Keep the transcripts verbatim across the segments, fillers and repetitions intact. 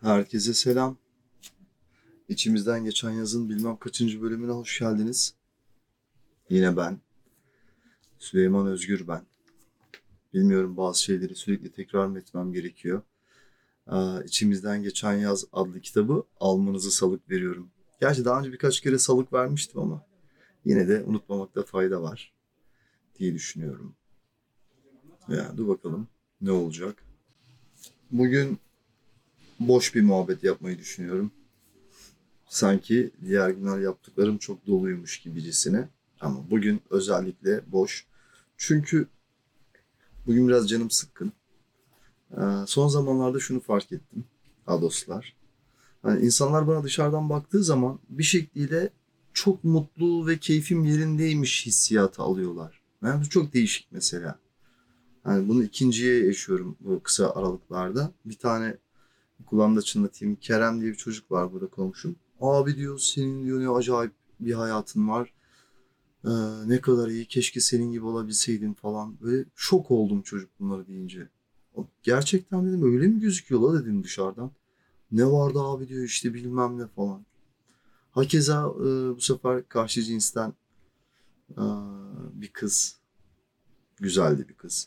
Herkese selam. İçimizden geçen yazın bilmem kaçıncı bölümüne hoş geldiniz. Yine ben, Süleyman Özgür ben. Bilmiyorum, bazı şeyleri sürekli tekrar mı etmem gerekiyor. Aa, İçimizden Geçen Yaz adlı kitabı almanızı salık veriyorum. Gerçi daha önce birkaç kere salık vermiştim ama yine de unutmamakta fayda var diye düşünüyorum. Ya dur bakalım ne olacak. Bugün boş bir muhabbet yapmayı düşünüyorum. Sanki diğer günler yaptıklarım çok doluymuş gibicesine. Ama bugün özellikle boş. Çünkü bugün biraz canım sıkkın. Ee, son zamanlarda şunu fark ettim. Ha dostlar. Hani insanlar bana dışarıdan baktığı zaman bir şekliyle çok mutlu ve keyfim yerindeymiş hissiyatı alıyorlar. Yani bu çok değişik mesela. Yani bunu ikinciye yaşıyorum bu kısa aralıklarda. Bir tane kulağımda çınlatayım. Kerem diye bir çocuk var burada, komşum. Abi diyor, senin diyor ne acayip bir hayatın var. Ee, ne kadar iyi, keşke senin gibi olabilseydim falan. Böyle şok oldum çocuk bunları deyince. Gerçekten dedim, öyle mi gözüküyor la dedim dışarıdan. Ne vardı abi diyor, işte bilmem ne falan. Hakeza e, bu sefer karşı cinsten e, bir kız. Güzeldi bir kız.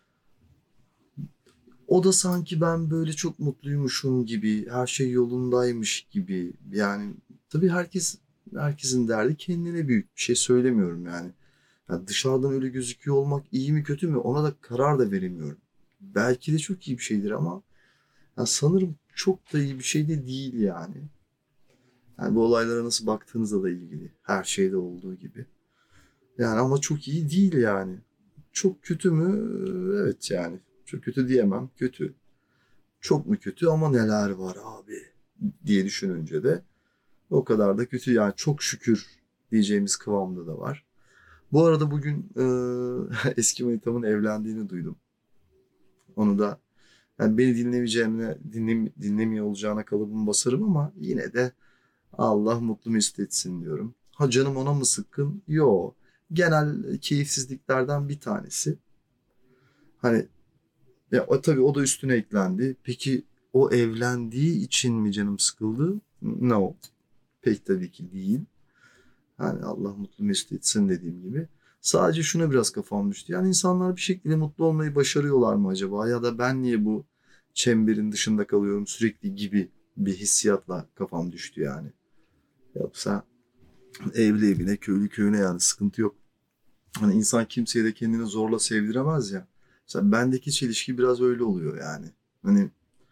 O da sanki ben böyle çok mutluymuşum gibi, her şey yolundaymış gibi. Yani tabii herkes herkesin derdi kendine büyük, bir şey söylemiyorum yani. Ya dışarıdan öyle gözüküyor olmak iyi mi kötü mü, ona da karar da veremiyorum. Belki de çok iyi bir şeydir ama ya sanırım çok da iyi bir şey de değil yani. Yani bu olaylara nasıl baktığınızla da ilgili. Her şeyde olduğu gibi. Yani ama çok iyi değil yani. Çok kötü mü? Evet yani. Çok kötü diyemem. Kötü. Çok mu kötü ama neler var abi diye düşününce de o kadar da kötü yani, çok şükür diyeceğimiz kıvamda da var. Bu arada bugün e, eski manitamın evlendiğini duydum. Onu da yani beni dinlemeyeceğine, dinlem, dinlemiyor olacağına kalıbımı basarım ama yine de Allah mutlu mesut etsin diyorum. Ha canım ona mı sıkkın? Yo. Genel keyifsizliklerden bir tanesi. Hani ya o, tabii o da üstüne eklendi. Peki o evlendiği için mi canım sıkıldı? No. Pek tabii ki değil. Yani Allah mutlu mesut etsin dediğim gibi. Sadece şuna biraz kafam düştü. Yani insanlar bir şekilde mutlu olmayı başarıyorlar mı acaba? Ya da ben niye bu çemberin dışında kalıyorum sürekli gibi bir hissiyatla kafam düştü yani. Yoksa evli evine, köylü köyüne, yani sıkıntı yok. Hani insan kimseye de kendini zorla sevdiremez ya. Mesela bendeki çelişki biraz öyle oluyor yani. Hani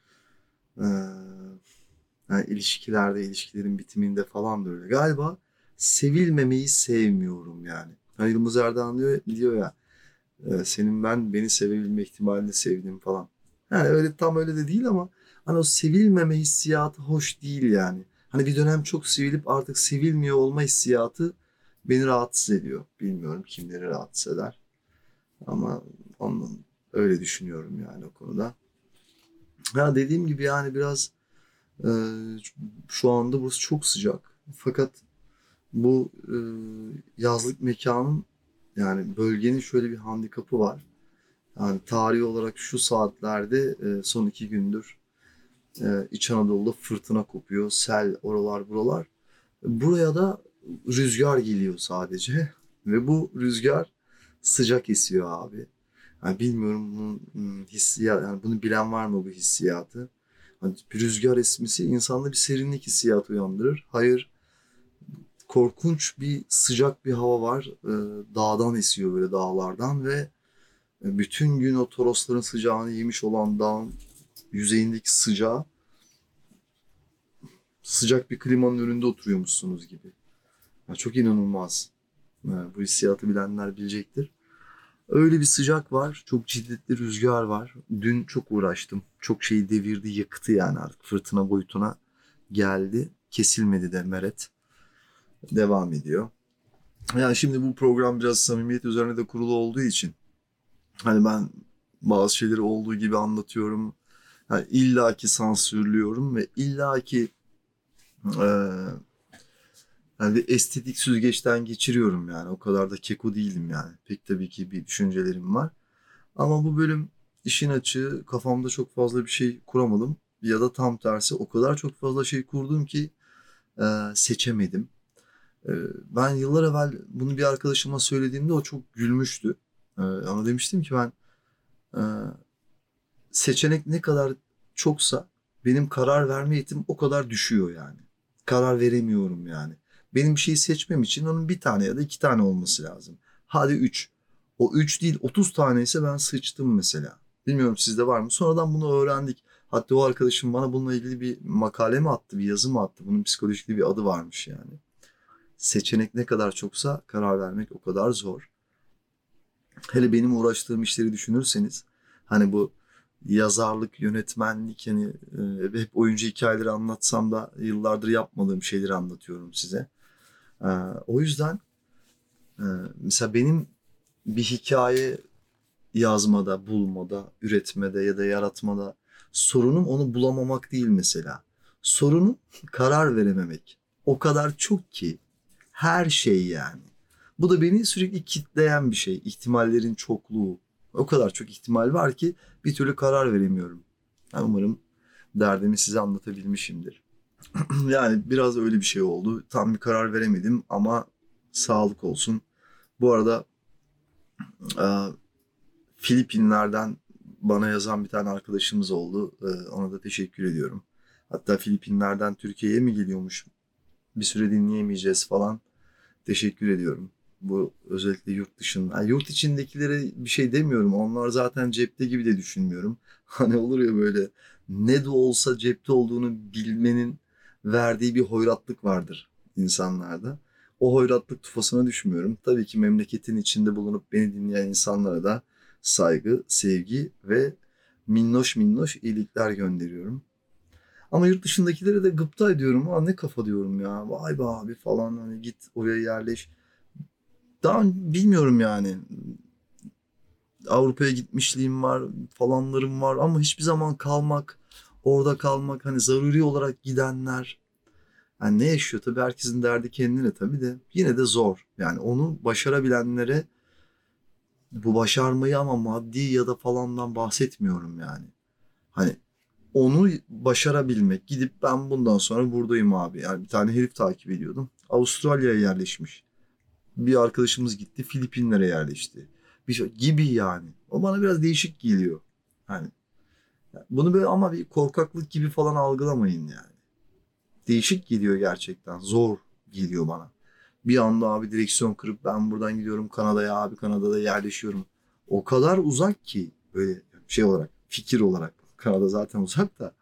eee, yani ilişkilerde, ilişkilerin bitiminde falan da öyle. Galiba sevilmemeyi sevmiyorum yani. Hani Yılmaz Erdoğan diyor, diyor ya, e, senin ben beni sevebilme ihtimalini sevdim falan. Yani öyle, tam öyle de değil ama hani o sevilmeme hissiyatı hoş değil yani. Hani bir dönem çok sevilip artık sevilmiyor olma hissiyatı beni rahatsız ediyor. Bilmiyorum kimleri rahatsız eder ama onun öyle düşünüyorum yani o konuda. Ha dediğim gibi yani biraz e, şu anda burası çok sıcak. Fakat bu e, yazlık mekanın, yani bölgenin şöyle bir handikapı var. Yani tarihi olarak şu saatlerde e, son iki gündür e, İç Anadolu'da fırtına kopuyor. Sel, oralar buralar. Buraya da rüzgar geliyor sadece. Ve bu rüzgar sıcak esiyor abi. Yani bilmiyorum bunun hmm, hissiyat, yani bunu bilen var mı bu hissiyatı? Hani bir rüzgar esmesi insanda bir serinlik hissiyatı uyandırır. Hayır, korkunç bir sıcak bir hava var. E, dağdan esiyor, böyle dağlardan ve bütün gün o torosların sıcağını yemiş olan dağın yüzeyindeki sıcağı, sıcak bir klimanın önünde oturuyormuşsunuz gibi. Ya çok inanılmaz. Ha, bu hissiyatı bilenler bilecektir. Öyle bir sıcak var. Çok şiddetli rüzgar var. Dün çok uğraştım. Çok şeyi devirdi, yıktı yani, artık fırtına boyutuna geldi. Kesilmedi de meret. Devam ediyor. Yani şimdi bu program biraz samimiyet üzerine de kurulu olduğu için hani ben bazı şeyleri olduğu gibi anlatıyorum. Yani illaki sansürlüyorum ve illaki eee yani bir estetik süzgeçten geçiriyorum yani. O kadar da keko değilim yani. Pek tabii ki bir düşüncelerim var. Ama bu bölüm işin açığı kafamda çok fazla bir şey kuramadım. ya da tam tersi o kadar çok fazla şey kurdum ki e, seçemedim. E, ben yıllar evvel bunu bir arkadaşıma söylediğimde o çok gülmüştü. E, ama demiştim ki ben e, seçenek ne kadar çoksa benim karar verme yetim o kadar düşüyor yani. Karar veremiyorum yani. Benim bir şeyi seçmem için onun bir tane ya da iki tane olması lazım. Hadi üç. O üç değil otuz tane ise ben sıçtım mesela. Bilmiyorum sizde var mı? Sonradan bunu öğrendik. Hatta o arkadaşım bana bununla ilgili bir makale mi attı, bir yazı mı attı? Bunun psikolojik bir adı varmış yani. Seçenek ne kadar çoksa karar vermek o kadar zor. Hele benim uğraştığım işleri düşünürseniz hani bu yazarlık, yönetmenlik yani e, hep oyuncu hikayeleri anlatsam da yıllardır yapmadığım şeyleri anlatıyorum size. E, o yüzden e, mesela benim bir hikaye yazmada, bulmada, üretmede ya da yaratmada sorunum onu bulamamak değil mesela. Sorunum karar verememek. O kadar çok ki her şey yani. Bu da beni sürekli kitleyen bir şey. İhtimallerin çokluğu. O kadar çok ihtimal var ki bir türlü karar veremiyorum. Yani umarım derdimi size anlatabilmişimdir. Yani biraz öyle bir şey oldu. Tam bir karar veremedim ama sağlık olsun. Bu arada e, Filipinler'den bana yazan bir tane arkadaşımız oldu. E, ona da teşekkür ediyorum. Hatta Filipinler'den Türkiye'ye mi geliyormuş? Bir süre dinleyemeyeceğiz falan. Teşekkür ediyorum. Bu özellikle yurt dışında. Yani yurt içindekilere bir şey demiyorum. Onlar zaten cepte gibi de düşünmüyorum. Hani olur ya böyle ne de olsa cepte olduğunu bilmenin verdiği bir hoyratlık vardır insanlarda. O hoyratlık tufasına düşmüyorum. Tabii ki memleketin içinde bulunup beni dinleyen insanlara da saygı, sevgi ve minnoş minnoş iyilikler gönderiyorum. Ama yurt dışındakilere de gıpta ediyorum. Aa, ne kafa diyorum ya. Vay be abi falan hani git oraya yerleş. Daha bilmiyorum yani. Avrupa'ya gitmişliğim var, falanlarım var ama hiçbir zaman kalmak, orada kalmak hani zaruri olarak gidenler. Yani ne yaşıyor tabii herkesin derdi kendine tabii de yine de zor. Yani onu başarabilenlere bu başarmayı ama maddi ya da falandan bahsetmiyorum yani. Hani onu başarabilmek. Gidip ben bundan sonra buradayım abi. Yani bir tane herif takip ediyordum. Avustralya'ya yerleşmiş. Bir arkadaşımız gitti Filipinlere yerleşti. Bir şey gibi yani. O bana biraz değişik geliyor. Hani bunu böyle ama bir korkaklık gibi falan algılamayın yani. Değişik geliyor gerçekten. Zor geliyor bana. Bir anda abi direksiyon kırıp ben buradan gidiyorum Kanada'ya abi Kanada'da yerleşiyorum. O kadar uzak ki böyle şey olarak fikir olarak. Kanada zaten uzak da.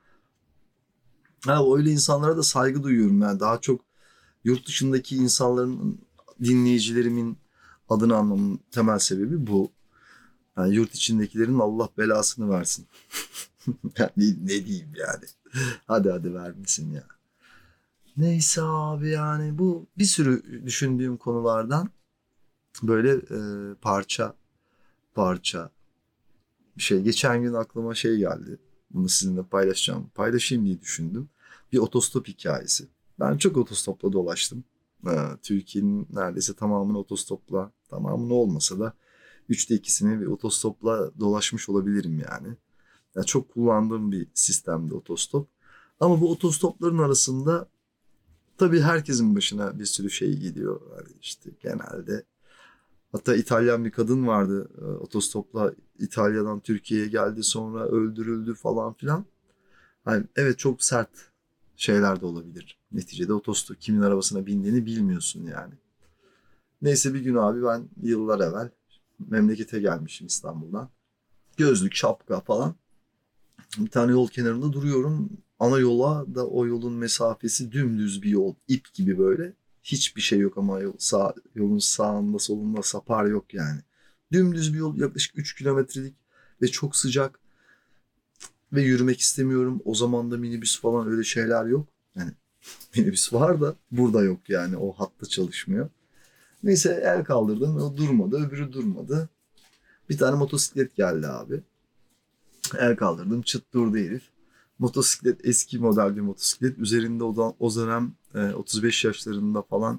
Ha, öyle insanlara da saygı duyuyorum yani daha çok yurt dışındaki insanların dinleyicilerimin adını almamın temel sebebi bu. Yani yurt içindekilerin Allah belasını versin. Yani ne diyeyim yani. Hadi hadi vermesin ya. Neyse abi yani bu bir sürü düşündüğüm konulardan böyle e, parça parça bir şey. Geçen gün aklıma şey geldi. Bunu sizinle paylaşacağım. Paylaşayım diye düşündüm. Bir otostop hikayesi. Ben çok otostopla dolaştım. Ee, Türkiye'nin neredeyse tamamını otostopla, tamamını olmasa da üçte ikisini bir otostopla dolaşmış olabilirim yani. Yani çok kullandığım bir sistemdi otostop. Ama bu otostopların arasında tabii herkesin başına bir sürü şey geliyor. Yani işte genelde. Hatta İtalyan bir kadın vardı. e, Otostopla İtalya'dan Türkiye'ye geldi sonra öldürüldü falan filan. Hani evet çok sert şeyler de olabilir. Neticede otostop kimin arabasına bindiğini bilmiyorsun yani. Neyse bir gün abi ben yıllar evvel memlekete gelmişim İstanbul'dan. Gözlük, şapka falan. Bir tane yol kenarında duruyorum. Ana yola da o yolun mesafesi dümdüz bir yol. İp gibi böyle. Hiçbir şey yok ama yol, sağ, yolun sağında solunda sapar yok yani. Dümdüz bir yol yaklaşık üç kilometrelik ve çok sıcak ve yürümek istemiyorum. O zaman da minibüs falan öyle şeyler yok. Yani minibüs var da burada yok yani o hatta çalışmıyor. Neyse el kaldırdım o durmadı öbürü durmadı. Bir tane motosiklet geldi abi. El kaldırdım çıt durdu herif. Motosiklet eski model bir motosiklet. Üzerinde o, da, o dönem e, otuz beş yaşlarında falan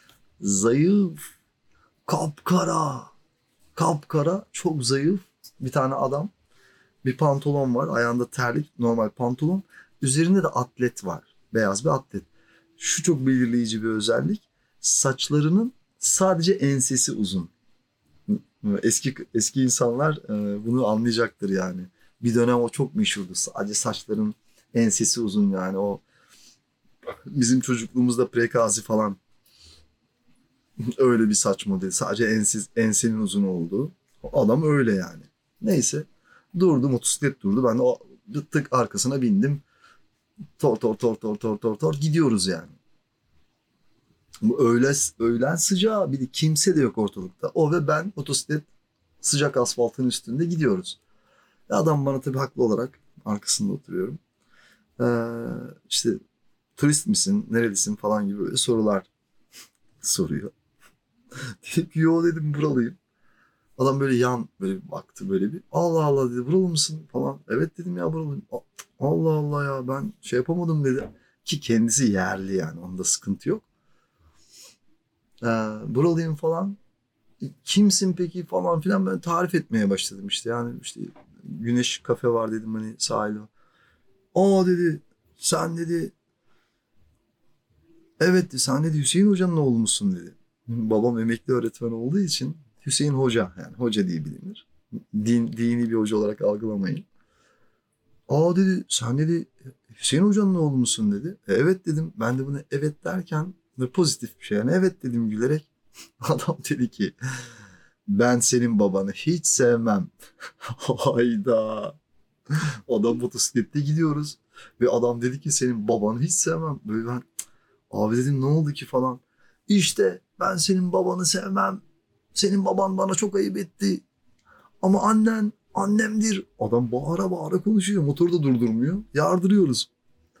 zayıf, kapkara, kapkara, çok zayıf bir tane adam. Bir pantolon var, ayağında terlik, normal pantolon. Üzerinde de atlet var. Beyaz bir atlet. Şu çok belirleyici bir özellik. Saçlarının sadece ensesi uzun. Eski eski insanlar e, bunu anlayacaktır yani. Bir dönem o çok meşhurdu. Sadece saçların ensesi uzun yani. O bizim çocukluğumuzda prekazi falan öyle bir saç modeli. Sadece ensiz, ensenin uzun olduğu. Adam öyle yani. Neyse. Durdu, motosiklet durdu. Ben de o tık arkasına bindim. Tor tor tor tor tor tor tor gidiyoruz yani. Bu öğle, öğlen sıcağı, bir de kimse de yok ortalıkta. O ve ben motosiklet sıcak asfaltın üstünde gidiyoruz. Ve adam bana tabii haklı olarak arkasında oturuyorum. Ee, işte turist misin, nerelisin falan gibi böyle sorular soruyor. Dedim ki yo dedim buralıyım. Adam böyle yan böyle bir baktı böyle bir. Allah Allah dedi buralı mısın falan. Evet dedim ya buralıyım. Allah Allah ya ben şey yapamadım dedi. Ki kendisi yerli yani onda sıkıntı yok. Ee, buralıyım falan. Kimsin peki falan filan ben tarif etmeye başladım işte. Yani işte Güneş kafe var dedim hani sahilde. Aa dedi sen dedi evet dedi, sen dedi Hüseyin Hoca'nın oğlu musun dedi. Babam emekli öğretmen olduğu için Hüseyin Hoca yani hoca diye bilinir. Din, dini bir hoca olarak algılamayın. Aa dedi sen dedi Hüseyin Hoca'nın oğlu musun dedi. E, evet dedim. Ben de bunu evet derken ve pozitif bir şey. Yani evet dedim gülerek. Adam dedi ki ben senin babanı hiç sevmem. Hayda. Adam motosiklette gidiyoruz. Ve adam dedi ki senin babanı hiç sevmem. Böyle ben abi dedim ne oldu ki falan. İşte ben senin babanı sevmem. Senin baban bana çok ayıp etti. Ama annen annemdir. Adam bağıra bağıra konuşuyor. Motoru da durdurmuyor. Yardırıyoruz.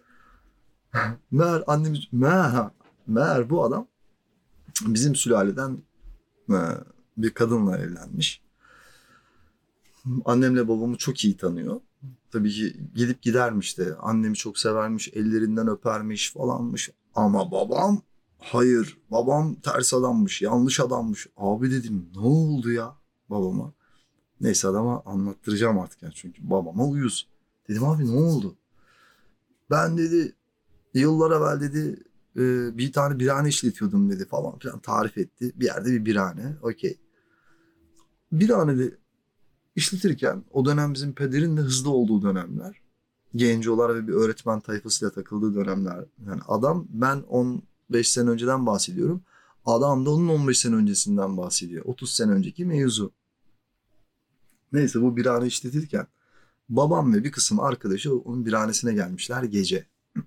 Meğer annemiz... Meğer, meğer bu adam bizim sülaleden e, bir kadınla evlenmiş. Annemle babamı çok iyi tanıyor. Tabii ki gidip gidermiş de. Annemi çok severmiş, ellerinden öpermiş falanmış. Ama babam hayır. Babam ters adammış, yanlış adammış. Abi dedim ne oldu ya babama? Neyse adama anlattıracağım artık yani çünkü babama uyuz. Dedim abi ne oldu? Ben dedi yıllar evvel dedi e, bir tane birahane işletiyordum dedi falan filan tarif etti. Bir yerde bir birahane okey. Birahane de işletirken o dönem bizim pederin de hızlı olduğu dönemler. Gencolar ve bir öğretmen tayfasıyla takıldığı dönemler. Yani adam ben on beş sene önceden bahsediyorum. Adam da onun on beş sene öncesinden bahsediyor. otuz sene önceki mevzu. Neyse bu birahane işletirken babam ve bir kısım arkadaşı onun birhanesine gelmişler gece.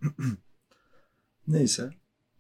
Neyse.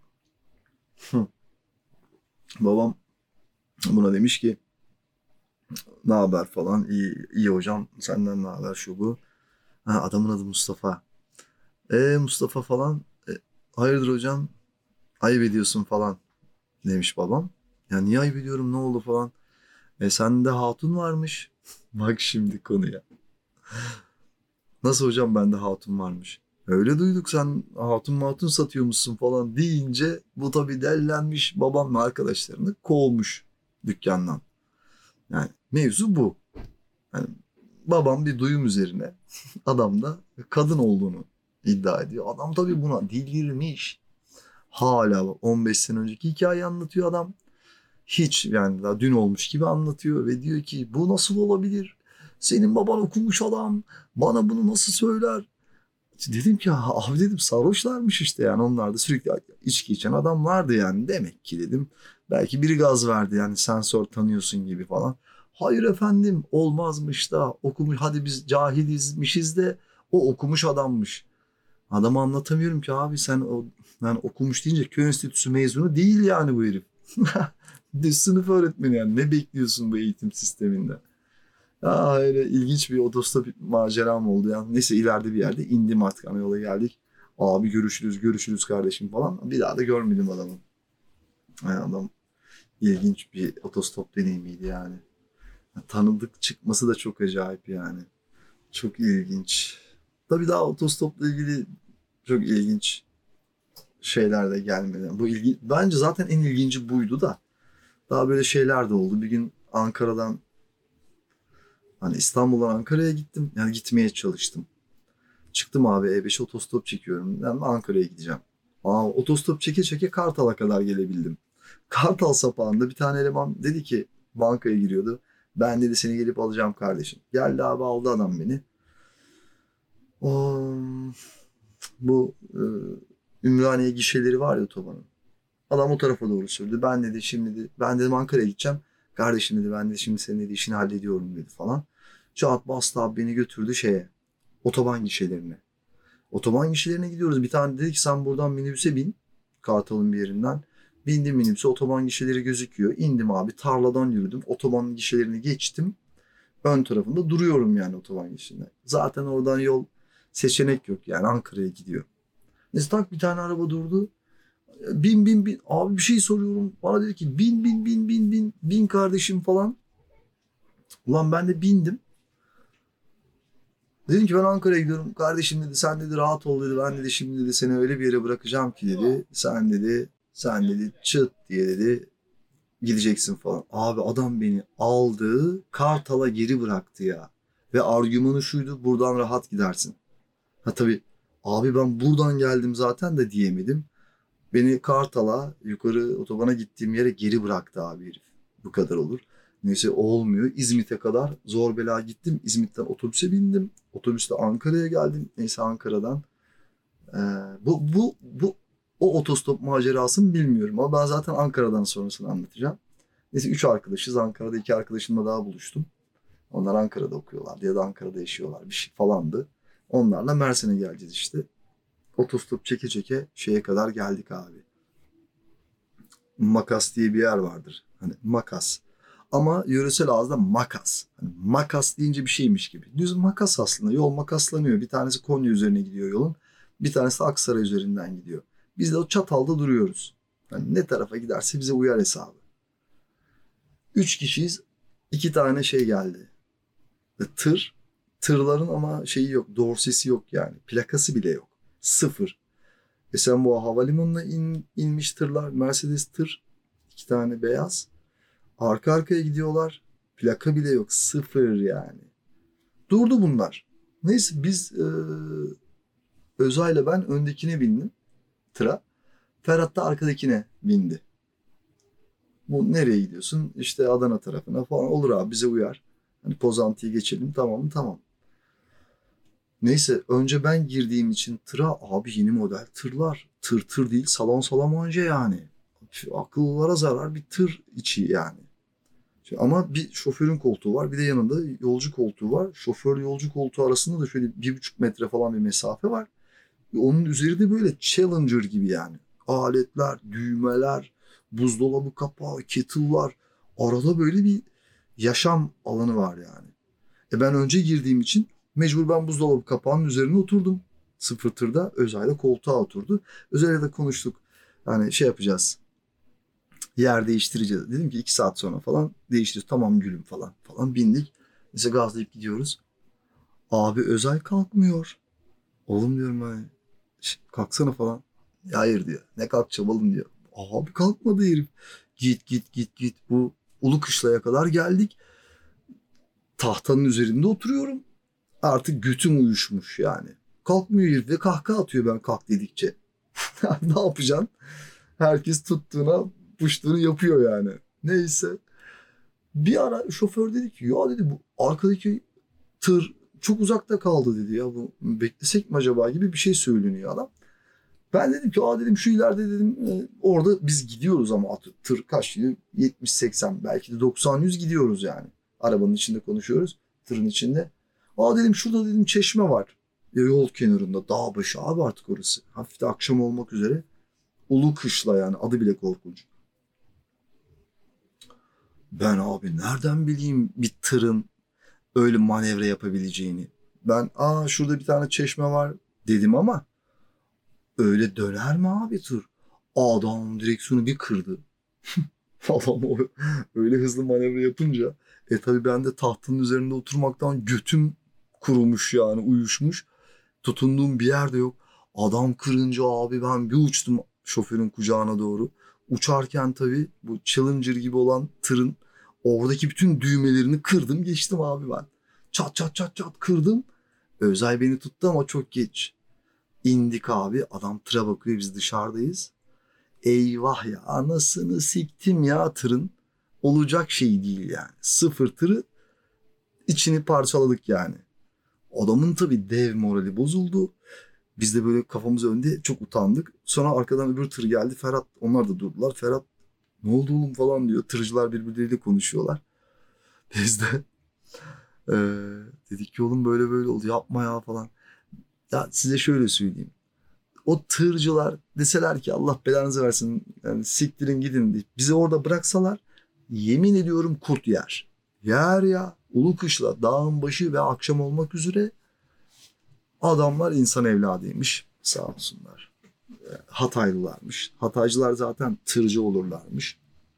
Babam buna demiş ki ne haber falan iyi, iyi hocam senden ne haber şu bu. Ha, adamın adı Mustafa. E Mustafa falan e, hayırdır hocam ayıp ediyorsun falan demiş babam. Ya niye ayıp ediyorum ne oldu falan. E sende hatun varmış. Bak şimdi konuya. Nasıl hocam bende hatun varmış. Öyle duyduk sen hatun matun satıyormuşsun falan deyince bu tabii dellenmiş babam ve arkadaşlarını kovmuş dükkandan. Yani mevzu bu. Yani babam bir duyum üzerine adam da kadın olduğunu iddia ediyor. Adam tabii buna delirmiş. Hala on beş sene önceki hikayeyi anlatıyor adam. Hiç yani daha dün olmuş gibi anlatıyor ve diyor ki bu nasıl olabilir? Senin baban okumuş adam. Bana bunu nasıl söyler? Dedim ki abi dedim sarhoşlarmış işte yani onlar da sürekli içki içen adamlardı yani demek ki dedim. Belki biri gaz verdi yani sen sor tanıyorsun gibi falan. Hayır efendim olmazmış da okumuş hadi biz cahilizmişiz de o okumuş adammış. Adamı anlatamıyorum ki abi sen o yani okumuş deyince köy enstitüsü mezunu değil yani bu herif. De sınıf öğretmeni yani ne bekliyorsun bu eğitim sisteminde? Ya öyle ilginç bir otostop maceram oldu ya. Neyse ileride bir yerde indim artık ana yola geldik. Abi görüşürüz görüşürüz kardeşim falan. Bir daha da görmedim adamı. Yani adam ilginç bir otostop deneyimiydi yani. Tanıdık çıkması da çok acayip yani. Çok ilginç. Tabii daha otostopla ilgili çok ilginç şeyler de gelmedi. Bu ilgi bence zaten en ilginci buydu da. Daha böyle şeyler de oldu. Bir gün Ankara'dan hani İstanbul'dan Ankara'ya gittim. Yani gitmeye çalıştım. Çıktım abi E beş otostop çekiyorum. Ben Ankara'ya gideceğim. Aa, otostop çeke çeke Kartal'a kadar gelebildim. Kartal sapağında bir tane eleman dedi ki bankaya giriyordu. Ben dedi seni gelip alacağım kardeşim. Geldi abi aldı adam beni. O, bu e, Ümraniye gişeleri var ya otobanın. Adam o tarafa doğru sürdü. Ben dedi şimdi dedi, ben dedim Ankara'ya gideceğim. Kardeşim dedi ben de şimdi senin dedi işini hallediyorum dedi falan. Çat bastı abi beni götürdü şeye. Otoban gişelerine. Otoban gişelerine gidiyoruz. Bir tane dedi ki sen buradan minibüse bin. Kartal'ın bir yerinden. Bindim minibüse otoban gişeleri gözüküyor. İndim abi tarladan yürüdüm. Otoban gişelerini geçtim. Ön tarafında duruyorum yani otoban gişesinde. Zaten oradan yol seçenek yok yani Ankara'ya gidiyor. Neyse tak bir tane araba durdu. Bin bin bin. Abi bir şey soruyorum. Bana dedi ki bin bin bin bin bin. Bin kardeşim falan. Ulan ben de bindim. Dedim ki ben Ankara'ya gidiyorum. Kardeşim dedi sen dedi rahat ol dedi. Ben dedi şimdi dedi seni öyle bir yere bırakacağım ki dedi. Sen dedi sen dedi çıt diye dedi gideceksin falan. Abi adam beni aldı Kartal'a geri bıraktı ya. Ve argümanı şuydu buradan rahat gidersin. Ha tabii abi ben buradan geldim zaten de diyemedim. Beni Kartal'a yukarı otobana gittiğim yere geri bıraktı abi herif. Bu kadar olur. Neyse olmuyor. İzmit'e kadar zor bela gittim. İzmit'ten otobüse bindim. Otobüste Ankara'ya geldim. Neyse Ankara'dan. Ee, bu, bu, bu o otostop macerasını bilmiyorum. Ama ben zaten Ankara'dan sonrasını anlatacağım. Neyse üç arkadaşız. Ankara'da iki arkadaşımla daha buluştum. Onlar Ankara'da okuyorlardı ya da Ankara'da yaşıyorlar. Bir şey falandı. Onlarla Mersin'e geleceğiz işte. Otostop çeke çeke şeye kadar geldik abi. Makas diye bir yer vardır. Hani makas. Ama yöresel ağızda makas. Hani makas deyince bir şeymiş gibi. Düz makas aslında. Yol makaslanıyor. Bir tanesi Konya üzerine gidiyor yolun. Bir tanesi de Aksaray üzerinden gidiyor. Biz de o çatalda duruyoruz. Hani ne tarafa giderse bize uyar hesabı. Üç kişiyiz. İki tane şey geldi. Tır. Tırların ama şeyi yok. Dorsesi yok yani. Plakası bile yok. Sıfır. E sen bu havalimanına in, inmiş tırlar. Mercedes tır. İki tane beyaz. Arka arkaya gidiyorlar. Plaka bile yok. Sıfır yani. Durdu bunlar. Neyse biz e, Özay'la ben öndekine bindim. Tıra. Ferhat da arkadakine bindi. Bu nereye gidiyorsun? İşte Adana tarafına falan. Olur abi bize uyar. Hani Pozantı'yı geçelim tamam mı? Tamam. Neyse önce ben girdiğim için tıra abi yeni model tırlar. Tır tır değil salon salamonca yani. Akıllılara zarar bir tır içi yani. Ama bir şoförün koltuğu var bir de yanında yolcu koltuğu var. Şoför yolcu koltuğu arasında da şöyle bir buçuk metre falan bir mesafe var. Onun üzeri de böyle Challenger gibi yani. Aletler, düğmeler, buzdolabı kapağı, kettle'lar. Arada böyle bir yaşam alanı var yani. E ben önce girdiğim için mecbur ben buzdolabı kapağının üzerine oturdum. Sıfır tırda Özay'la koltuğa oturdu. Özay'la da konuştuk. Yani şey yapacağız. Yer değiştireceğiz. Dedim ki iki saat sonra falan değiştireceğiz. Tamam gülüm falan falan bindik. Neyse gazlayıp gidiyoruz. Abi Özay kalkmıyor. Oğlum diyorum hani kalksana falan. Ya hayır diyor. Ne kalkacağım oğlum diyor. Abi kalkmadı herif. Git git git git. Bu Ulukışla'ya kadar geldik. Tahtanın üzerinde oturuyorum. Artık götüm uyuşmuş yani. Kalkmıyor herif ve kahkaha atıyor ben kalk dedikçe. Ne yapacaksın? Herkes tuttuğuna puştuğunu yapıyor yani. Neyse. Bir ara şoför dedi ki ya dedi bu arkadaki tır çok uzakta kaldı dedi ya. Bu beklesek mi acaba gibi bir şey söyleniyor adam. Ben dedim ki aa dedim şu ileride dedim e, orada biz gidiyoruz ama tır kaç gidiyor? yetmiş seksen belki de doksan yüz gidiyoruz yani. Arabanın içinde konuşuyoruz. Tırın içinde. Aa dedim şurada dedim çeşme var. Ya yol kenarında dağ başı abi artık orası. Hafif de akşam olmak üzere. Ulukışla yani adı bile korkunç. Ben abi nereden bileyim bir tırın öyle manevra yapabileceğini. Ben aa şurada bir tane çeşme var dedim ama öyle döner mi abi tır? Adam direksiyonu bir kırdı. Adam o öyle hızlı manevra yapınca e tabii ben de tahtın üzerinde oturmaktan götüm kurumuş yani uyuşmuş. Tutunduğum bir yerde yok. Adam kırınca abi ben bir uçtum şoförün kucağına doğru. Uçarken tabii bu Challenger gibi olan tırın oradaki bütün düğmelerini kırdım geçtim abi ben. Çat çat çat çat kırdım. Özay beni tuttu ama çok geç. İndik abi. Adam tıra bakıyor. Biz dışarıdayız. Eyvah ya. Anasını siktim ya tırın. Olacak şey değil yani. Sıfır tırı içini parçaladık yani. Adamın tabii dev morali bozuldu. Biz de böyle kafamız önde çok utandık. Sonra arkadan öbür tır geldi. Ferhat, onlar da durdular. Ferhat ne oldu oğlum falan diyor. Tırcılar birbirleriyle konuşuyorlar. Biz de ee, dedik ki oğlum böyle böyle oldu, yapma ya falan. Ya size şöyle söyleyeyim. O tırcılar deseler ki Allah belanızı versin, yani siktirin gidin diye bizi orada bıraksalar, yemin ediyorum kurt yer. Yer ya. Ulu kışla dağın başı ve akşam olmak üzere adamlar insan evladıymış. Sağ olsunlar. Hataylılarmış. Hataycılar zaten tırcı olurlarmış.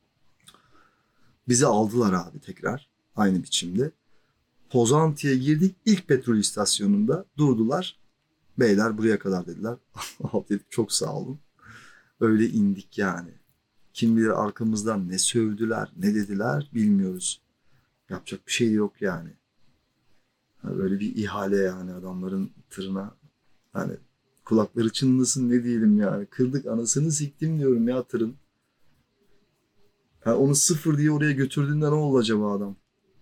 Bizi aldılar abi tekrar aynı biçimde. Pozantı'ya girdik. İlk petrol istasyonunda durdular. Beyler buraya kadar dediler. Abi dedik çok sağ olun. Öyle indik yani. Kim bilir arkamızdan ne sövdüler, ne dediler bilmiyoruz. Yapacak bir şey yok yani. Böyle bir ihale yani adamların tırına. Hani kulakları çınlasın ne diyelim yani. Kırdık anasını siktim diyorum ya tırın. Yani onu sıfır diye oraya götürdüğünde ne oldu acaba adam?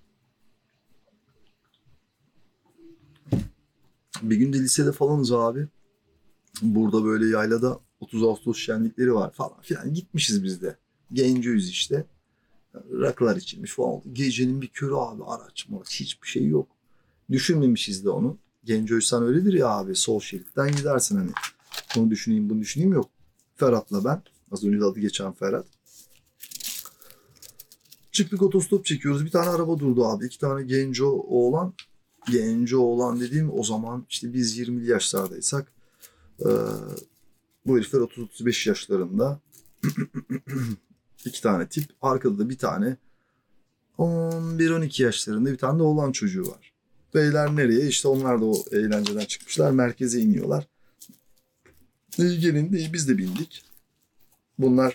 Bir gün de lisede falanız abi. Burada böyle yaylada otuz Ağustos şenlikleri var falan filan. Gitmişiz biz de. Gencöyüz işte. Rakılar içilmiş falan. Gecenin bir körü abi, araç mı hiçbir şey yok. Düşünmemişiz de onu. Gencöysen öyledir ya abi. Sol şeritten gidersin hani. Onu düşüneyim bunu düşüneyim yok. Ferhat'la ben. Az önce de adı geçen Ferhat. Çıktık otostop çekiyoruz. Bir tane araba durdu abi. İki tane genco oğlan. Genco oğlan dediğim o zaman işte biz yirmili yaşlardaysak. Ee, bu herifler otuz otuz beş yaşlarında. İki tane tip. Arkada da bir tane on bir on iki yaşlarında bir tane de oğlan çocuğu var. Beyler nereye? İşte onlar da o eğlenceden çıkmışlar. Merkeze iniyorlar. Gelin de biz de bindik. Bunlar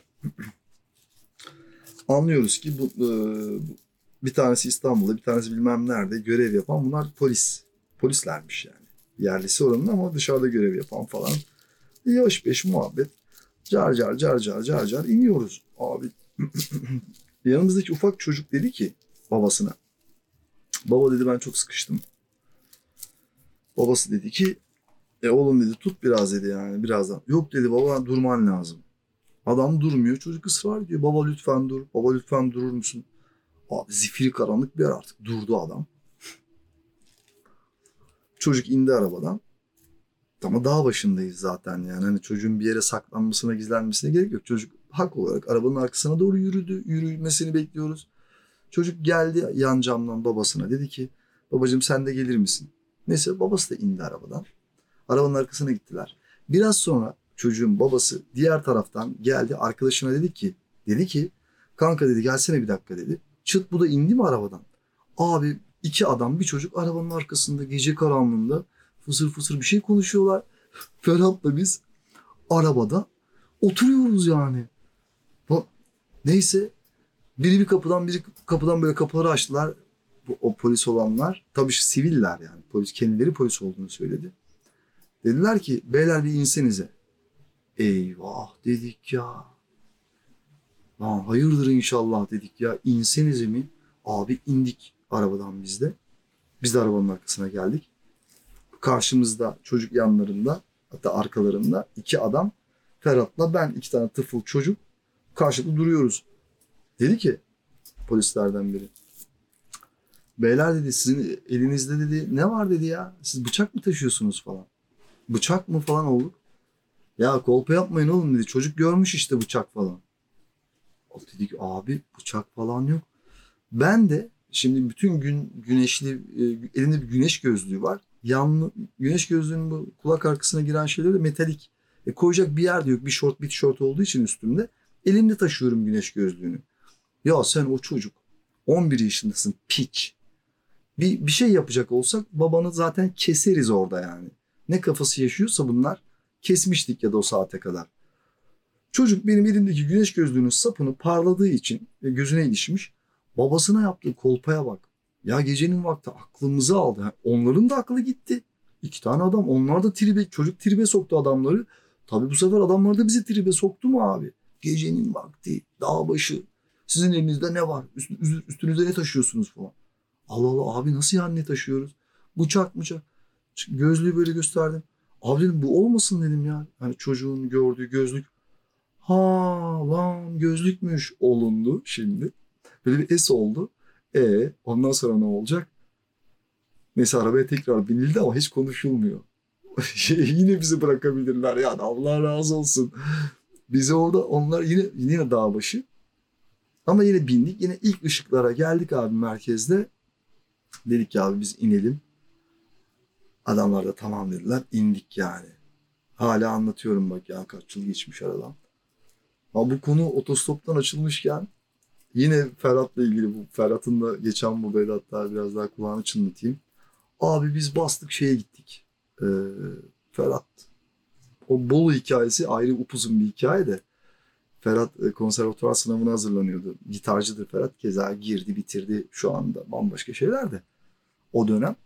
anlıyoruz ki bu, e, bir tanesi İstanbul'da, bir tanesi bilmem nerede görev yapan. Bunlar polis. Polislermiş yani. Yerlisi oranın ama dışarıda görev yapan falan. Yavaş beş muhabbet. Car car car car car car iniyoruz. Abi yanımızdaki ufak çocuk dedi ki babasına. Baba dedi ben çok sıkıştım. Babası dedi ki e oğlum dedi tut biraz dedi yani birazdan. Yok dedi baba durman lazım. Adam durmuyor. Çocuk ısrar ediyor. Baba lütfen dur. Baba lütfen durur musun? Abi zifiri karanlık bir yer artık. Durdu adam. Çocuk indi arabadan. Ama dağ başındayız zaten yani. Hani çocuğun bir yere saklanmasına, gizlenmesine gerek yok. Çocuk hak olarak arabanın arkasına doğru yürüdü. Yürümesini bekliyoruz. Çocuk geldi yan camdan babasına. Dedi ki babacığım sen de gelir misin? Neyse babası da indi arabadan. Arabanın arkasına gittiler. Biraz sonra çocuğun babası diğer taraftan geldi. Arkadaşına dedi ki dedi ki kanka dedi gelsene bir dakika dedi. Çıt bu da indi mi arabadan? Abi iki adam bir çocuk arabanın arkasında gece karanlığında fısır fısır bir şey konuşuyorlar. Ferhat'la biz arabada oturuyoruz yani. Neyse biri bir kapıdan biri kapıdan böyle kapıları açtılar. Bu, o polis olanlar tabii siviller yani. Polis kendileri polis olduğunu söyledi. Dediler ki beyler bir insenize. Eyvah dedik ya. Lan hayırdır inşallah dedik ya. İnsenize mi? Abi indik arabadan biz de. Biz de arabanın arkasına geldik. Karşımızda çocuk yanlarında hatta arkalarında iki adam. Ferhat'la ben iki tane tıfıl çocuk karşılıklı duruyoruz. Dedi ki polislerden biri. Beyler dedi sizin elinizde dedi ne var dedi ya. Siz bıçak mı taşıyorsunuz falan. Bıçak mı falan olduk. Ya kolpa yapmayın oğlum dedi. Çocuk görmüş işte bıçak falan. O dedik abi bıçak falan yok. Ben de şimdi bütün gün güneşli elinde bir güneş gözlüğü var. Yanlı güneş gözlüğünün bu kulak arkasına giren şeyler de metalik. E, koyacak bir yer de yok. Bir şort bir tişört olduğu için üstümde. Elimde taşıyorum güneş gözlüğünü. Ya sen o çocuk on bir yaşındasın piç. Bir, bir şey yapacak olsak babanı zaten keseriz orada yani. Ne kafası yaşıyorsa bunlar kesmiştik ya da o saate kadar. Çocuk benim elimdeki güneş gözlüğünün sapını parladığı için ve gözüne ilişmiş. Babasına yaptığı kolpaya bak. Ya gecenin vakti aklımızı aldı. Onların da aklı gitti. İki tane adam. Onlar da tribe, çocuk tribe soktu adamları. Tabii bu sefer adamlar da bizi tribe soktu mu abi? Gecenin vakti, dağ başı. Sizin elinizde ne var? Üst, üst, üstünüzde ne taşıyorsunuz falan. Allah Allah abi, nasıl yani ne taşıyoruz? Bıçak bıçak. Gözlüğü böyle gösterdim. Abi dedim bu olmasın dedim ya. Hani çocuğun gördüğü gözlük. Ha lan gözlükmüş olundu şimdi. Böyle bir es oldu. E ondan sonra ne olacak? Neyse arabaya tekrar binildi ama hiç konuşulmuyor. Şey, yine bizi bırakabilirler yani, Allah razı olsun. Bizi orada, onlar yine yine dağ başı. Ama yine bindik. Yine ilk ışıklara geldik abi merkezde. Dedik ki abi biz inelim. Adamlar da tamam dediler. İndik yani. Hala anlatıyorum bak ya, kaç yıl geçmiş aradan. Ama bu konu otostoptan açılmışken yine Ferhat'la ilgili, bu Ferhat'ın da geçen buradaydı, hatta biraz daha kulağını çınlatayım. Abi biz bastık şeye gittik. Ee, Ferhat. O Bolu hikayesi ayrı upuzun bir hikaye de. Ferhat e, konservatuvar sınavına hazırlanıyordu. Gitarcıdır Ferhat. Keza girdi bitirdi, şu anda bambaşka şeyler de. O dönem.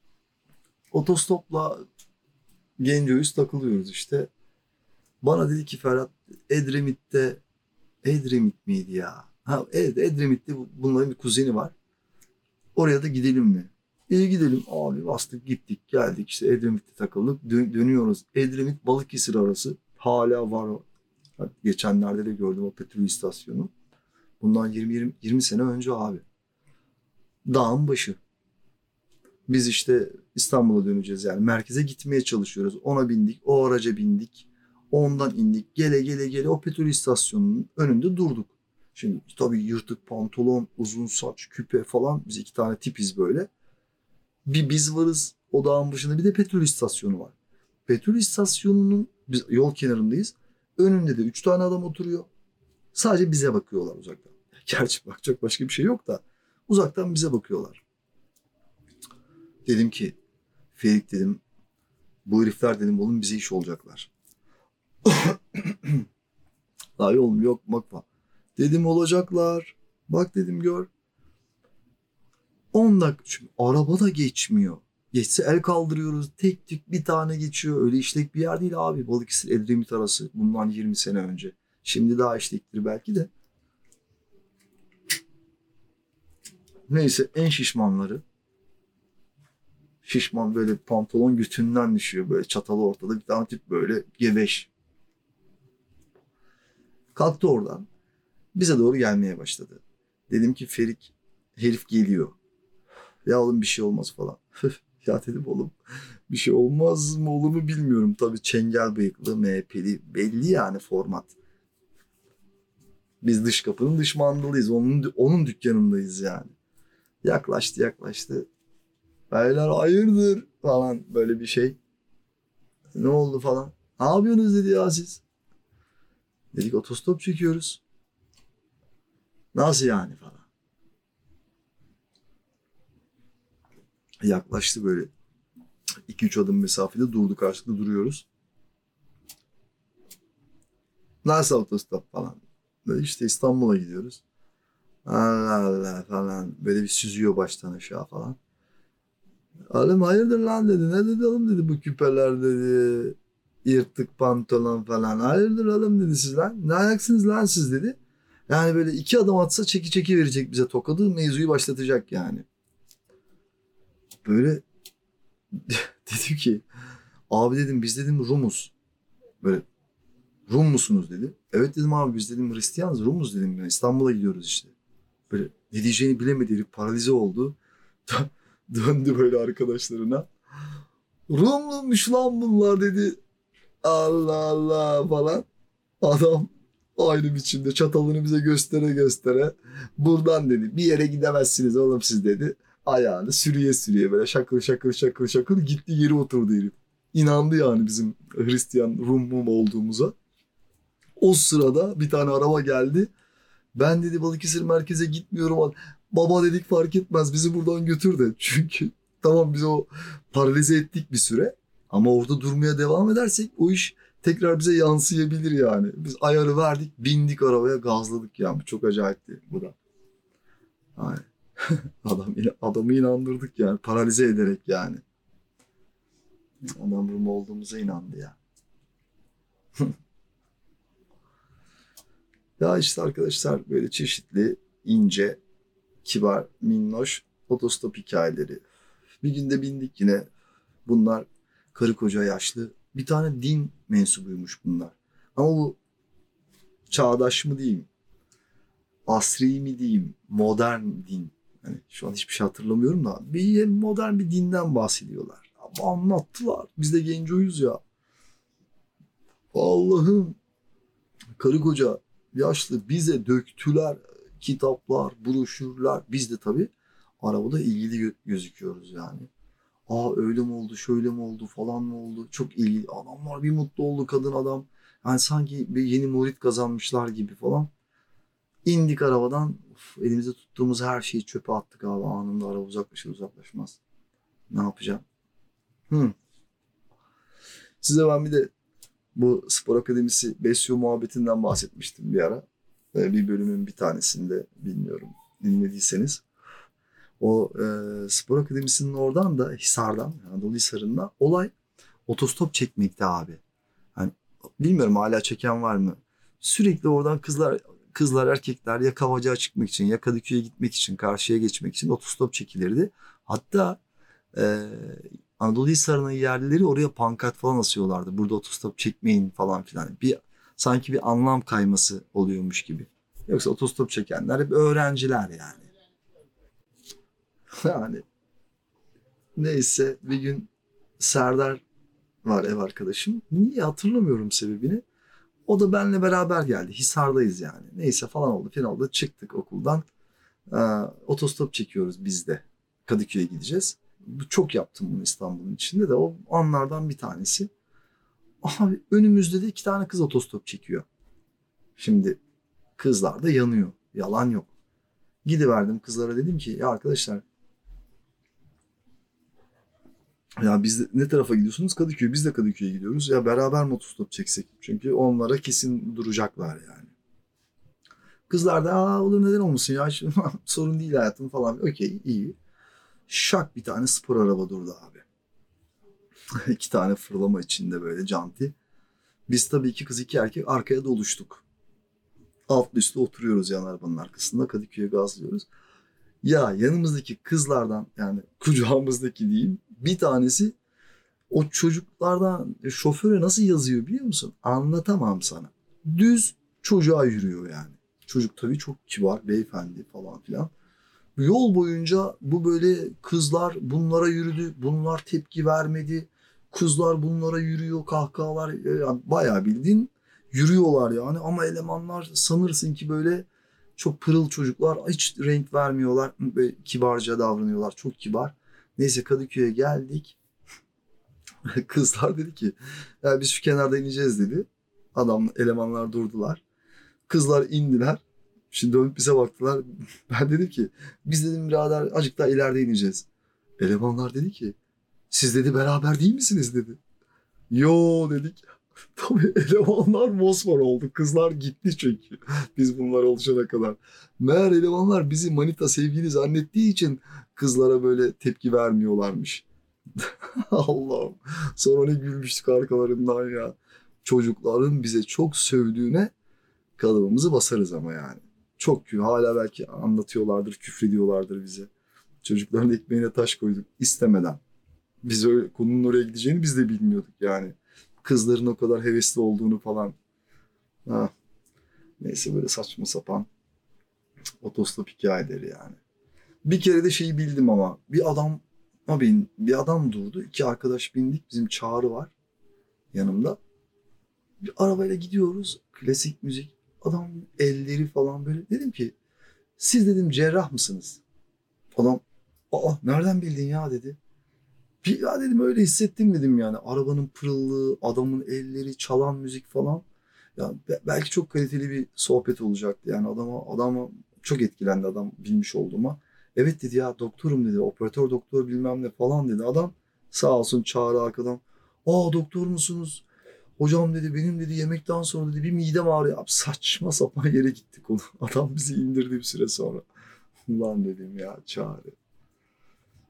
Otostopla Genco'yuz, takılıyoruz işte. Bana dedi ki Ferhat, Edremit'te, Edremit miydi ya? Ha evet, Edremit'te bunların bir kuzeni var. Oraya da gidelim mi? İyi gidelim abi, bastık gittik geldik işte, Edremit'te takıldık. Dön- dönüyoruz. Edremit Balıkesir arası hala var o. Geçenlerde de gördüm o petrol istasyonu. Bundan yirmi yirmi sene önce abi. Dağın başı. Biz işte İstanbul'a döneceğiz yani. Merkeze gitmeye çalışıyoruz. Ona bindik, o araca bindik. Ondan indik. Gele gele gele o petrol istasyonunun önünde durduk. Şimdi tabii yırtık pantolon, uzun saç, küpe falan. Biz iki tane tipiz böyle. Bir biz varız o dağın başında, bir de petrol istasyonu var. Petrol istasyonunun, biz yol kenarındayız. Önünde de üç tane adam oturuyor. Sadece bize bakıyorlar uzaktan. Gerçi bakacak başka bir şey yok da uzaktan bize bakıyorlar. Dedim ki Ferik dedim, bu herifler dedim oğlum bize iş olacaklar. Ay oğlum yok bakma. Dedim olacaklar. Bak dedim gör. on dakika çünkü araba da geçmiyor. Geçse el kaldırıyoruz. Tek tük bir tane geçiyor. Öyle işlek bir yer değil abi. Balıkesir Edremit arası. Bundan yirmi sene önce. Şimdi daha işlektir belki de. Neyse en şişmanları. Şişman böyle pantolon götünden düşüyor. Böyle çatalı ortada bir tane tip böyle geveş. Kalktı oradan. Bize doğru gelmeye başladı. Dedim ki Ferik herif geliyor. Ya oğlum bir şey olmaz falan. Ya dedim oğlum bir şey olmaz mı olur mu bilmiyorum. Tabii çengel bıyıklı, M H P'li belli yani format. Biz dış kapının dış mandalıyız. Onun, onun dükkanındayız yani. Yaklaştı yaklaştı. Beyler hayırdır falan böyle bir şey. Ne oldu falan. Ne yapıyorsunuz dedi ya siz. Dedik otostop çekiyoruz. Nasıl yani falan. Yaklaştı böyle. iki üç adım mesafede durdu, karşılıklı duruyoruz. Nasıl otostop falan. Böyle işte İstanbul'a gidiyoruz. Allah Allah falan. Böyle bir süzüyor baştan aşağı falan. Oğlum hayırdır lan dedi. Ne dedi oğlum dedi, bu küpeler dedi. Yırtık pantolon falan. Hayırdır oğlum dedi siz lan. Ne ayaksınız lan siz dedi. Yani böyle iki adım atsa çeki çeki verecek bize tokadı. Mevzuyu başlatacak yani. Böyle dedim ki abi dedim biz dedim Rumuz. Böyle Rum musunuz dedi. Evet dedim abi biz dedim Hristiyanız, Rumuz dedim. Yani İstanbul'a gidiyoruz işte. Böyle ne diyeceğini bilemedi herif, paralize oldu. Döndü böyle arkadaşlarına. Rumluymuş lan bunlar dedi. Allah Allah falan. Adam aynı biçimde çatalını bize göstere göstere buradan dedi bir yere gidemezsiniz oğlum siz dedi. Ayağını sürüye sürüye böyle şakır şakır şakır şakır gitti, yeri oturdu herif. İnandı yani bizim Hristiyan Rum mum olduğumuza. O sırada bir tane araba geldi. Ben dedi Balıkesir merkeze gitmiyorum. Baba dedik fark etmez bizi buradan götür de. Çünkü tamam biz o paralize ettik bir süre. Ama orada durmaya devam edersek o iş tekrar bize yansıyabilir yani. Biz ayarı verdik, bindik arabaya, gazladık yani. Çok acayipti bu da. Yani adam, adamı inandırdık yani, paralize ederek yani. Ondan Rum olduğumuza inandı ya. Ya işte arkadaşlar böyle çeşitli, ince, kibar, minnoş otostop hikayeleri. Bir günde bindik yine. Bunlar karı koca yaşlı. Bir tane din mensubuymuş bunlar. Ama bu çağdaş mı diyeyim, asri mi diyeyim, modern din. Hani şu an hiçbir şey hatırlamıyorum da bir modern bir dinden bahsediyorlar. Ama anlattılar. Biz de gencoyuz ya. Allah'ım, karı koca yaşlı bize döktüler kitaplar, broşürler. Biz de tabii arabada ilgili gö- gözüküyoruz yani. Aa öyle mi oldu, şöyle mi oldu falan mı oldu? Çok ilgili. Adamlar bir mutlu oldu, kadın adam. Yani sanki bir yeni murit kazanmışlar gibi falan. İndik arabadan. Uf, elimizde tuttuğumuz her şeyi çöpe attık abi. Anında araba uzaklaşır uzaklaşmaz. Ne yapacağım? Hı. Size ben bir de bu spor akademisi Besyo muhabbetinden bahsetmiştim bir ara. Ee, bir bölümün bir tanesinde, bilmiyorum dinlediyseniz. O e, spor akademisinin oradan da Hisar'dan, Anadolu Hisarı'ndan olay otostop çekmekti abi. Hani bilmiyorum hala çeken var mı? Sürekli oradan kızlar kızlar erkekler ya Kavacık'a çıkmak için ya Kadıköy'e gitmek için, karşıya geçmek için otostop çekilirdi. Hatta e, Anadolu Hisarı'nın yerlileri oraya pankart falan asıyorlardı. Burada otostop çekmeyin falan filan. Bir sanki bir anlam kayması oluyormuş gibi. Yoksa otostop çekenler hep öğrenciler yani. Yani neyse bir gün Serdar var ev arkadaşım. Niye hatırlamıyorum sebebini. O da benle beraber geldi. Hisar'dayız yani. Neyse falan oldu filan oldu. Çıktık okuldan. Ee, otostop çekiyoruz biz de. Kadıköy'e gideceğiz. Çok yaptım bunu İstanbul'un içinde de. O anlardan bir tanesi. Abi önümüzde de iki tane kız otostop çekiyor. Şimdi kızlar da yanıyor. Yalan yok. Gidiverdim kızlara, dedim ki ya arkadaşlar, ya biz de, ne tarafa gidiyorsunuz? Kadıköy. Biz de Kadıköy'e gidiyoruz. Ya beraber mi otostop çeksek? Çünkü onlara kesin duracaklar yani. Kızlar da aa olur neden olmasın ya sorun değil hayatım falan. Okey iyi. Şak bir tane spor araba durdu abi. İki tane fırlama içinde böyle canti. Biz tabii iki kız iki erkek arkaya doluştuk. Altlı üstlü oturuyoruz yan arabanın arkasında. Kadıköy'e gazlıyoruz. Ya yanımızdaki kızlardan, yani kucağımızdaki diyeyim, bir tanesi o çocuklardan şoföre nasıl yazıyor biliyor musun? Anlatamam sana. Düz çocuğa yürüyor yani. Çocuk tabii çok kibar, beyefendi falan filan. Yol boyunca bu böyle kızlar bunlara yürüdü, bunlar tepki vermedi. Kızlar bunlara yürüyor, kahkahalar, yani bayağı bildiğin yürüyorlar yani. Ama elemanlar sanırsın ki böyle çok pırıl çocuklar, hiç renk vermiyorlar, böyle kibarca davranıyorlar, çok kibar. Neyse Kadıköy'e geldik. Kızlar dedi ki ya biz şu kenarda ineceğiz dedi. Adam elemanlar durdular. Kızlar indiler. Şimdi dönüp bize baktılar. Ben dedim ki biz dedim birader azıcık daha ileride ineceğiz. Elemanlar dedi ki siz dedi beraber değil misiniz dedi. Yo dedik. Tabii elemanlar mosmor oldu. Kızlar gitti çünkü. Biz bunlar oluşana kadar. Meğer elemanlar bizi manita sevgili zannettiği için kızlara böyle tepki vermiyorlarmış. Allah'ım. Sonra ne gülmüştük arkalarından ya. Çocukların bize çok sövdüğüne kalıbımızı basarız ama yani. Çok kü- hala belki anlatıyorlardır, küfrediyorlardır bize. Çocukların ekmeğine taş koyduk istemeden. Biz öyle konunun oraya gideceğini biz de bilmiyorduk yani. Kızların o kadar hevesli olduğunu falan. Ha, neyse böyle saçma sapan otostop hikayeleri yani. Bir kere de şeyi bildim ama bir adam bin, bir adam durdu. İki arkadaş bindik. Bizim Çağrı var yanımda. Bir arabayla gidiyoruz. Klasik müzik. Adam elleri falan böyle. Dedim ki siz dedim cerrah mısınız? Adam aa nereden bildin ya dedi. Bir, ya dedim öyle hissettim dedim yani. Arabanın pırıllığı, adamın elleri, çalan müzik falan. Ya be- belki çok kaliteli bir sohbet olacaktı. Yani adama adama çok etkilendi adam bilmiş olduğuma. Evet dedi ya doktorum dedi. Operatör doktor bilmem ne falan dedi. Adam sağ olsun Çağrı arkadan. Aa doktor musunuz? Hocam dedi benim dedi yemekten sonra dedi bir midem ağrıyor. Abi saçma sapan yere gittik onu. Adam bizi indirdi bir süre sonra. Ulan dedim ya Çağrı.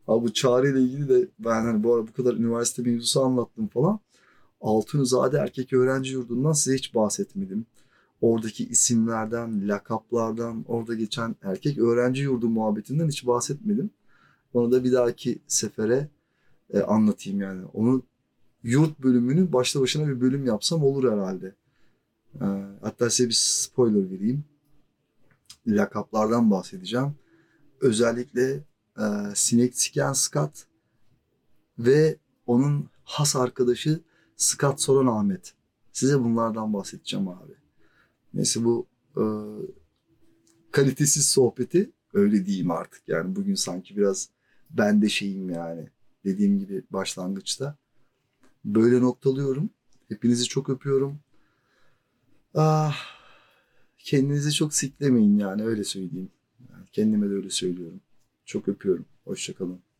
Abi bu Çağrı ile ilgili de ben hani bu ara bu kadar üniversite mevzusu anlattım falan. Altunizade Erkek Öğrenci Yurdu'ndan size hiç bahsetmedim. Oradaki isimlerden, lakaplardan, orada geçen erkek öğrenci yurdu muhabbetinden hiç bahsetmedim. Onu da bir dahaki sefere e, anlatayım yani. Onu yurt bölümünü başlı başına bir bölüm yapsam olur herhalde. E, hatta size bir spoiler vereyim. Lakaplardan bahsedeceğim. Özellikle e, Sinek Siken Scott ve onun has arkadaşı Scott Soran Ahmet. Size bunlardan bahsedeceğim abi. Neyse bu e, kalitesiz sohbeti öyle diyeyim artık. Yani bugün sanki biraz ben de şeyim yani. Dediğim gibi başlangıçta. Böyle noktalıyorum. Hepinizi çok öpüyorum. Ah, kendinizi çok siklemeyin yani öyle söyleyeyim. Yani kendime de öyle söylüyorum. Çok öpüyorum. Hoşça kalın.